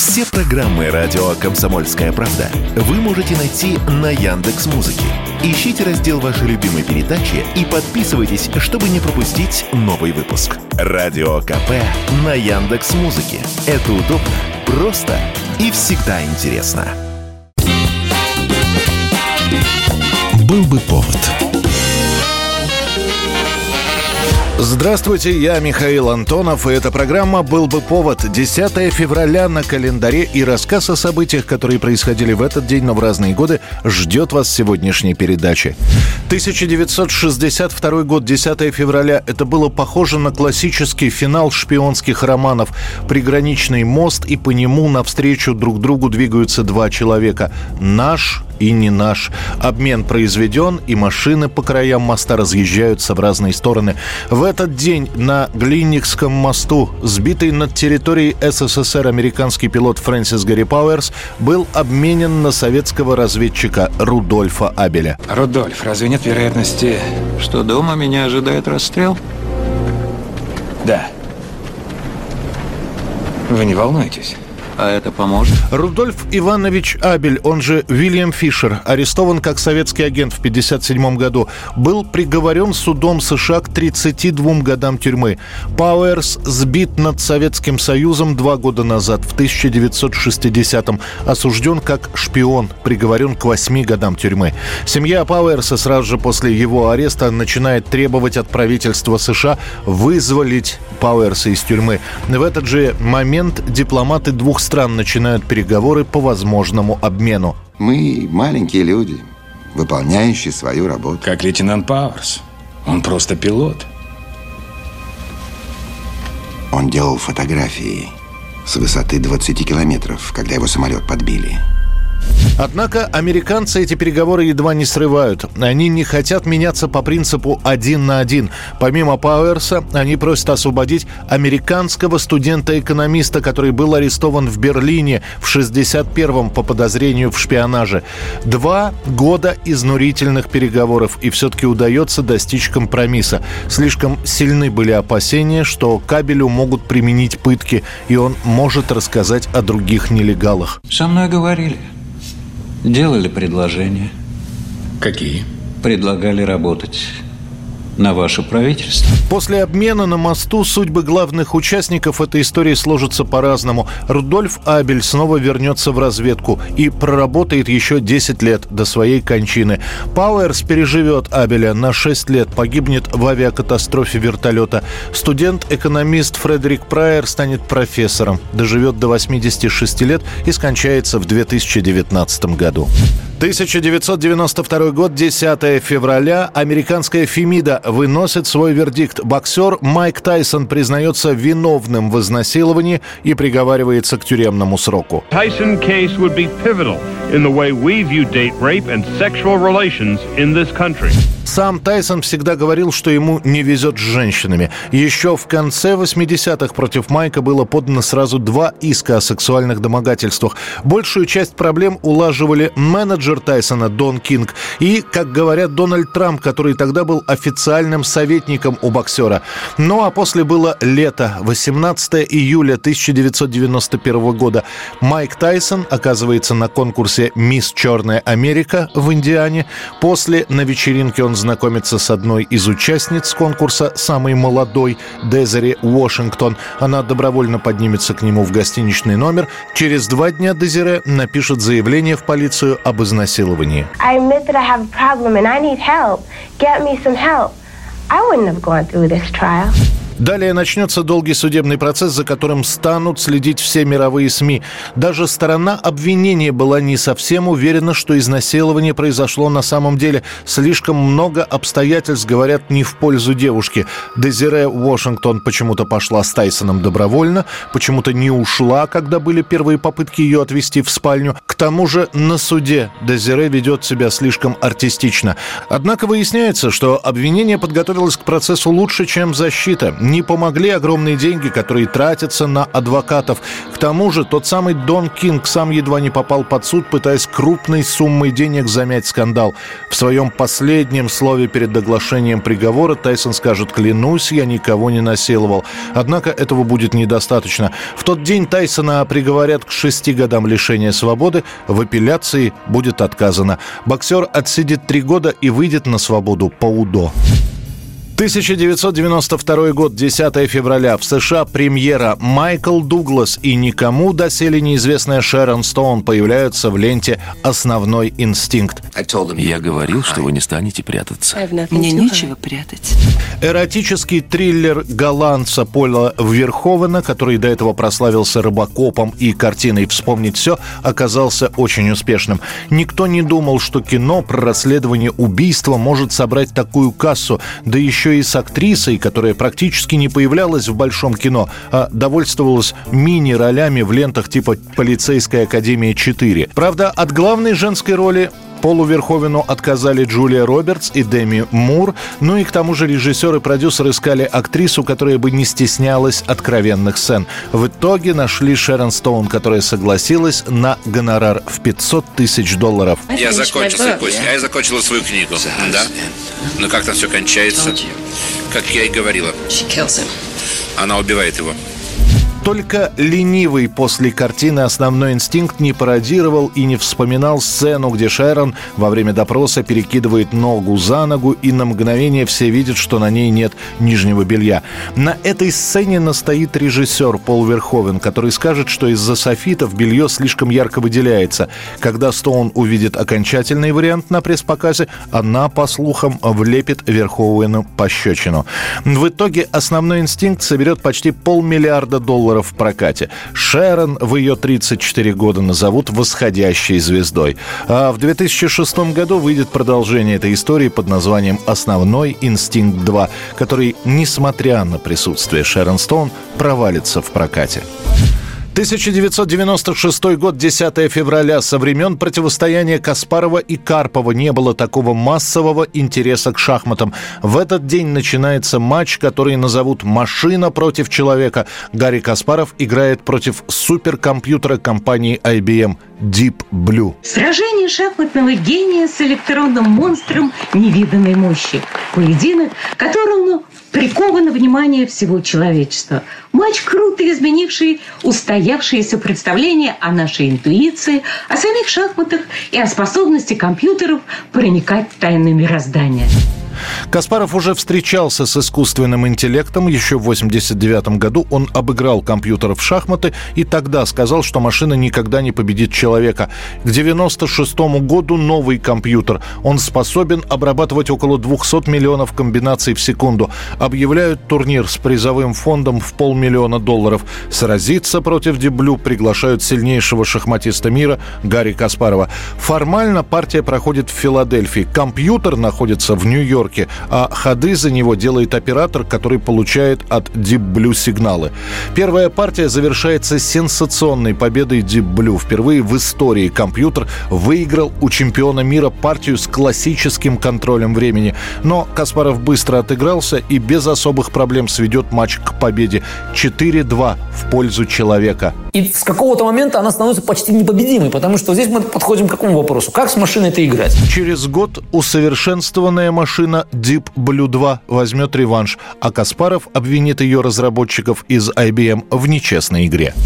Все программы радио «Комсомольская правда» вы можете найти на Яндекс.Музыке. Ищите раздел вашей любимой передачи и подписывайтесь, чтобы не пропустить новый выпуск. Радио КП на Яндекс.Музыке. Это удобно, просто и всегда интересно. Был бы повод. Здравствуйте, я Михаил Антонов, и эта программа «Был бы повод». 10 февраля на календаре, и рассказ о событиях, которые происходили в этот день, но в разные годы, ждет вас в сегодняшней передаче. 1962 год, 10 февраля. Это было похоже на классический финал шпионских романов. Приграничный мост, и по нему навстречу друг другу двигаются два человека. Наш и не наш. Обмен произведен, и машины по краям моста разъезжаются в разные стороны. В этот день на Глинникском мосту, сбитый над территорией СССР американский пилот Фрэнсис Гэри Пауэрс, был обменен на советского разведчика Рудольфа Абеля. Рудольф, разве нет вероятности, что дома меня ожидает расстрел? Да. Вы не волнуйтесь. А это поможет? Рудольф Иванович Абель, он же Уильям Фишер, арестован как советский агент в 1957 году, был приговорен судом США к 32 годам тюрьмы. Пауэрс сбит над Советским Союзом 2 года назад, в 1960-м. Осужден как шпион, приговорен к 8 годам тюрьмы. Семья Пауэрса сразу же после его ареста начинает требовать от правительства США вызволить Пауэрса из тюрьмы. В этот же момент дипломаты двух стран начинают переговоры по возможному обмену. Мы маленькие люди, выполняющие свою работу. Как лейтенант Пауэрс. Он просто пилот. Он делал фотографии с высоты 20 километров, когда его самолет подбили. Однако американцы эти переговоры едва не срывают. Они не хотят меняться по принципу 1 на 1. Помимо Пауэрса, они просят освободить американского студента-экономиста, который был арестован в Берлине в 1961-м по подозрению в шпионаже. 2 года изнурительных переговоров, и все-таки удается достичь компромисса. Слишком сильны были опасения, что к Абелю могут применить пытки, и он может рассказать о других нелегалах. Со мной говорили. Делали предложения. Какие? Предлагали работать на ваше правительство. После обмена на мосту судьбы главных участников этой истории сложатся по-разному. Рудольф Абель снова вернется в разведку и проработает еще 10 лет до своей кончины. Пауэрс переживет Абеля на 6 лет, погибнет в авиакатастрофе вертолета. Студент-экономист Фредерик Прайер станет профессором, доживет до 86 лет и скончается в 2019 году. 1992 год, 10 февраля. Американская Фемида выносит свой вердикт. Боксер Майк Тайсон признается виновным в изнасиловании и приговаривается к тюремному сроку. Tyson case would be pivotal in the way we view date rape and sexual relations in this country. Сам Тайсон всегда говорил, что ему не везет с женщинами. Еще в конце 80-х против Майка было подано сразу 2 иска о сексуальных домогательствах. Большую часть проблем улаживали менеджер Тайсона Дон Кинг и, как говорят, Дональд Трамп, который тогда был официальным советником у боксера. Ну а после было лето, 18 июля 1991 года. Майк Тайсон оказывается на конкурсе «Мисс Черная Америка» в Индиане. После на вечеринке он знакомится с одной из участниц конкурса, самой молодой, Дезире Уошингтон. Она добровольно поднимется к нему в гостиничный номер. Через 2 дня Дезире напишет заявление в полицию об изнасиловании. I admit that I have a problem and I need help. Get me some help. I wouldn't have gone through this trial. Далее начнется долгий судебный процесс, за которым станут следить все мировые СМИ. Даже сторона обвинения была не совсем уверена, что изнасилование произошло на самом деле. Слишком много обстоятельств говорят не в пользу девушки. Дезире Уошингтон почему-то пошла с Тайсоном добровольно, почему-то не ушла, когда были первые попытки ее отвезти в спальню. К тому же на суде Дезире ведет себя слишком артистично. Однако выясняется, что обвинение подготовилось к процессу лучше, чем защита. Не помогли огромные деньги, которые тратятся на адвокатов. К тому же тот самый Дон Кинг сам едва не попал под суд, пытаясь крупной суммой денег замять скандал. В своем последнем слове перед оглашением приговора Тайсон скажет: «Клянусь, я никого не насиловал». Однако этого будет недостаточно. В тот день Тайсона приговорят к 6 годам лишения свободы. В апелляции будет отказано. Боксер отсидит 3 года и выйдет на свободу по УДО. 1992 год, 10 февраля. В США премьера. Майкл Дуглас и никому доселе неизвестная Шерон Стоун появляются в ленте «Основной инстинкт». Я говорил, что вы не станете прятаться. Мне нечего прятать. Эротический триллер голландца Пола Верховена, который до этого прославился «Робокопом» и картиной «Вспомнить все», оказался очень успешным. Никто не думал, что кино про расследование убийства может собрать такую кассу, да еще и с актрисой, которая практически не появлялась в большом кино, а довольствовалась мини-ролями в лентах типа «Полицейская академия 4». Правда, от главной женской роли Полу Верховену отказали Джулия Робертс и Деми Мур. Ну и к тому же режиссер и продюсер искали актрису, которая бы не стеснялась откровенных сцен. В итоге нашли Шерон Стоун, которая согласилась на гонорар в $500 тысяч. Я закончила свою книгу. Да? Но как там все кончается? Как я и говорила. Она убивает его. Только ленивый после картины «Основной инстинкт» не пародировал и не вспоминал сцену, где Шерон во время допроса перекидывает ногу за ногу, и на мгновение все видят, что на ней нет нижнего белья. На этой сцене настоит режиссер Пол Верховен, который скажет, что из-за софитов белье слишком ярко выделяется. Когда Стоун увидит окончательный вариант на пресс-показе, она, по слухам, влепит Верховену пощечину. В итоге «Основной инстинкт» соберет почти $500 миллиона в прокате. Шерон в ее 34 года назовут восходящей звездой. А в 2006 году выйдет продолжение этой истории под названием «Основной инстинкт 2», который, несмотря на присутствие Шерон Стоун, провалится в прокате. 1996 год, 10 февраля. Со времен противостояния Каспарова и Карпова не было такого массового интереса к шахматам. В этот день начинается матч, который назовут «Машина против человека». Гарри Каспаров играет против суперкомпьютера компании IBM Deep Blue. Сражение шахматного гения с электронным монстром невиданной мощи. Поединок, которому приковано внимание всего человечества. Матч, круто изменивший устоявшиеся представления о нашей интуиции, о самих шахматах и о способности компьютеров проникать в тайны мироздания. Каспаров уже встречался с искусственным интеллектом. Еще в 1989 году он обыграл компьютер в шахматы и тогда сказал, что машина никогда не победит человека. К 1996 году новый компьютер. Он способен обрабатывать около 200 миллионов комбинаций в секунду. Объявляют турнир с призовым фондом в $500 миллиона. Сразиться против Deep Blue приглашают сильнейшего шахматиста мира Гарри Каспарова. Формально партия проходит в Филадельфии. Компьютер находится в Нью-Йорке, а ходы за него делает оператор, который получает от Deep Blue сигналы. Первая партия завершается сенсационной победой Deep Blue. Впервые в истории компьютер выиграл у чемпиона мира партию с классическим контролем времени. Но Каспаров быстро отыгрался и без особых проблем сведет матч к победе 4-2 в пользу человека. И с какого-то момента она становится почти непобедимой, потому что здесь мы подходим к какому вопросу? Как с машиной-то играть? Через год усовершенствованная машина Deep Blue 2 возьмет реванш, а Каспаров обвинит ее разработчиков из IBM в нечестной игре.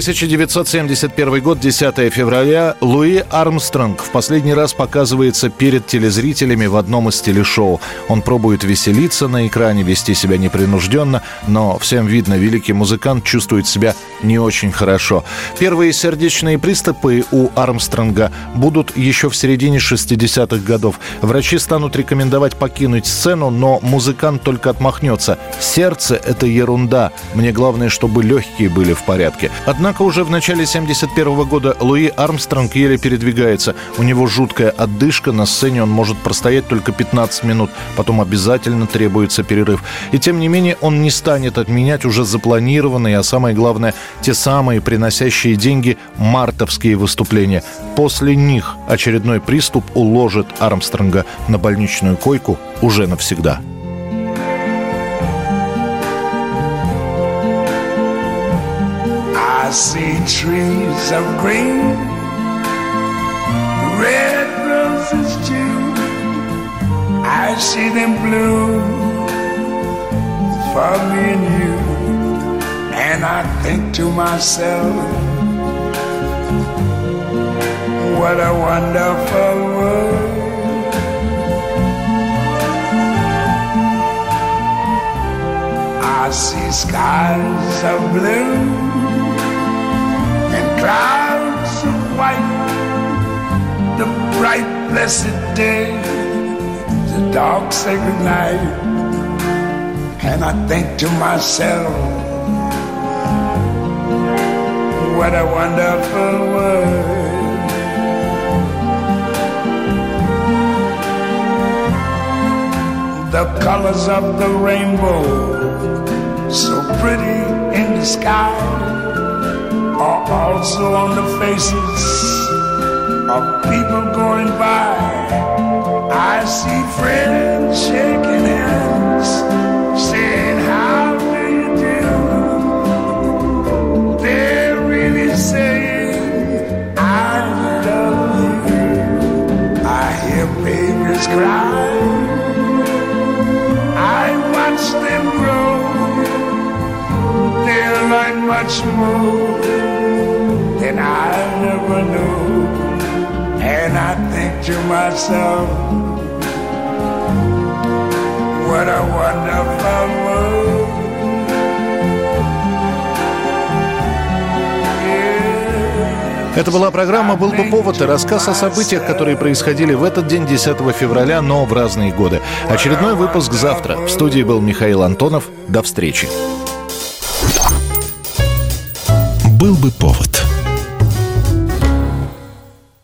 1971 год, 10 февраля. Луи Армстронг в последний раз показывается перед телезрителями в одном из телешоу. Он пробует веселиться на экране, вести себя непринужденно, но всем видно, великий музыкант чувствует себя не очень хорошо. Первые сердечные приступы у Армстронга будут еще в середине 60-х годов. Врачи станут рекомендовать покинуть сцену, но музыкант только отмахнется. Сердце — это ерунда. Мне главное, чтобы легкие были в порядке. Однако уже в начале 71 года Луи Армстронг еле передвигается. У него жуткая отдышка. На сцене он может простоять только 15 минут. Потом обязательно требуется перерыв. И тем не менее он не станет отменять уже запланированные, а самое главное, те самые приносящие деньги мартовские выступления. После них очередной приступ уложит Армстронга на больничную койку уже навсегда. see trees of green, red roses too. I see them bloom for me and you. And I think to myself, what a wonderful world. I see skies of blue and clouds of white, the bright blessed day, the dark sacred night. And I think to myself, what a wonderful world. The colors of the rainbow, so pretty in the sky, are also on the faces of people going by. I see friends shaking hands, saying, how do you do? They're really saying, I love you. I hear babies cry, I watch them grow. They'll learn much more than I never knew. And I think to myself, what a wonderful world. Это была программа «Был бы повод» и рассказ о событиях, которые происходили в этот день, 10 февраля, но в разные годы. Очередной выпуск завтра. В студии был Михаил Антонов. До встречи. «Был бы повод».